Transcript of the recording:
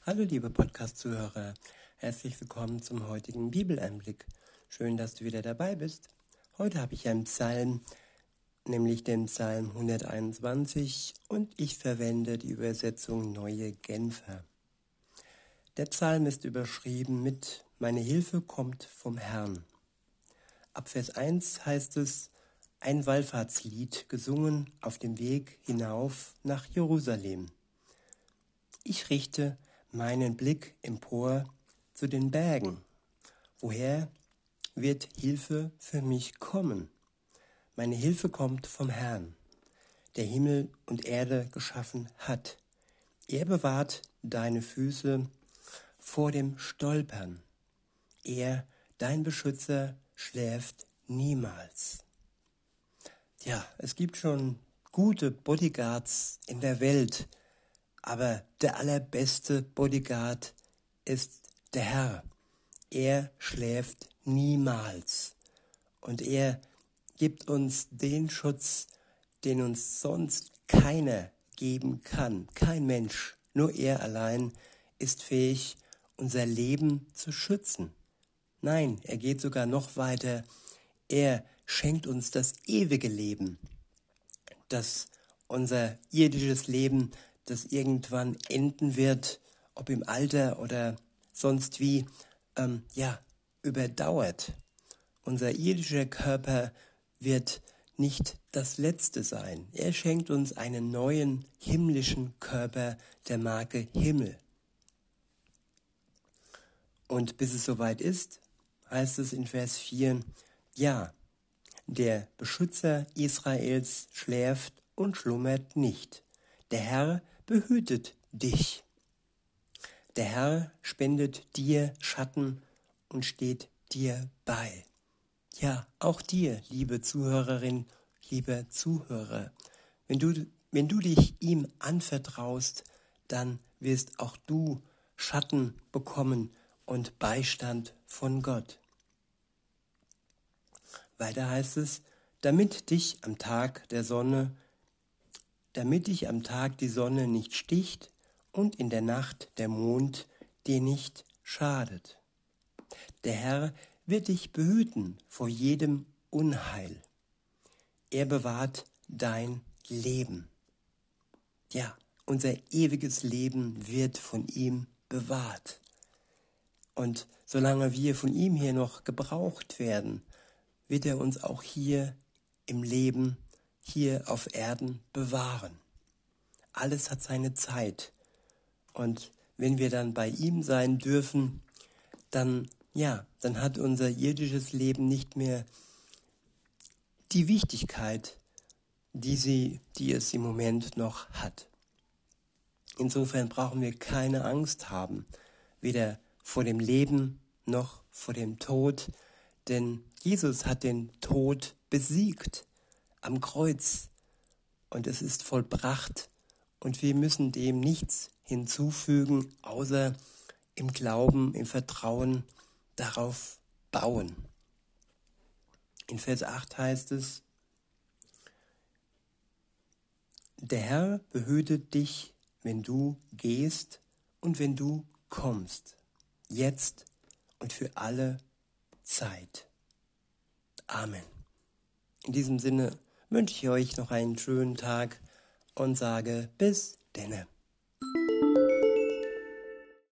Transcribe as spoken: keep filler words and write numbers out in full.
Hallo liebe Podcast-Zuhörer, herzlich willkommen zum heutigen Bibeleinblick. Schön, dass du wieder dabei bist. Heute habe ich einen Psalm, nämlich den Psalm hunderteinundzwanzig und ich verwende die Übersetzung Neue Genfer. Der Psalm ist überschrieben mit Meine Hilfe kommt vom Herrn. Ab Vers eins heißt es, ein Wallfahrtslied gesungen auf dem Weg hinauf nach Jerusalem. Ich richte meinen Blick empor zu den Bergen. Woher wird Hilfe für mich kommen? Meine Hilfe kommt vom Herrn, der Himmel und Erde geschaffen hat. Er bewahrt deine Füße vor dem Stolpern. Er, dein Beschützer, schläft niemals. Ja, es gibt schon gute Bodyguards in der Welt, aber der allerbeste Bodyguard ist der Herr. Er schläft niemals und er gibt uns den Schutz, den uns sonst keiner geben kann. Kein Mensch, nur er allein ist fähig, unser Leben zu schützen. Nein, er geht sogar noch weiter. Er schenkt uns das ewige Leben, das unser irdisches Leben, das irgendwann enden wird, ob im Alter oder sonst wie, ähm, ja, überdauert. Unser irdischer Körper wird nicht das Letzte sein. Er schenkt uns einen neuen himmlischen Körper der Marke Himmel. Und bis es soweit ist, heißt es in Vers vier, ja, der Beschützer Israels schläft und schlummert nicht. Der Herr behütet dich. Der Herr spendet dir Schatten und steht dir bei. Ja, auch dir, liebe Zuhörerin, lieber Zuhörer, wenn du, wenn du dich ihm anvertraust, dann wirst auch du Schatten bekommen und Beistand von Gott. Weiter heißt es, damit dich am Tag der Sonne damit dich am Tag die Sonne nicht sticht und in der Nacht der Mond dir nicht schadet. Der Herr wird dich behüten vor jedem Unheil. Er bewahrt dein Leben. Ja, unser ewiges Leben wird von ihm bewahrt. Und solange wir von ihm hier noch gebraucht werden, wird er uns auch hier im Leben hier auf Erden bewahren. Alles hat seine Zeit. Und wenn wir dann bei ihm sein dürfen, dann, ja, dann hat unser irdisches Leben nicht mehr die Wichtigkeit, die, sie, die es im Moment noch hat. Insofern brauchen wir keine Angst haben, weder vor dem Leben noch vor dem Tod, denn Jesus hat den Tod besiegt am Kreuz und es ist vollbracht und wir müssen dem nichts hinzufügen, außer im Glauben, im Vertrauen darauf bauen. In Vers acht heißt es, der Herr behütet dich, wenn du gehst und wenn du kommst, jetzt und für alle Zeit. Amen. In diesem Sinne wünsche ich euch noch einen schönen Tag und sage bis denne.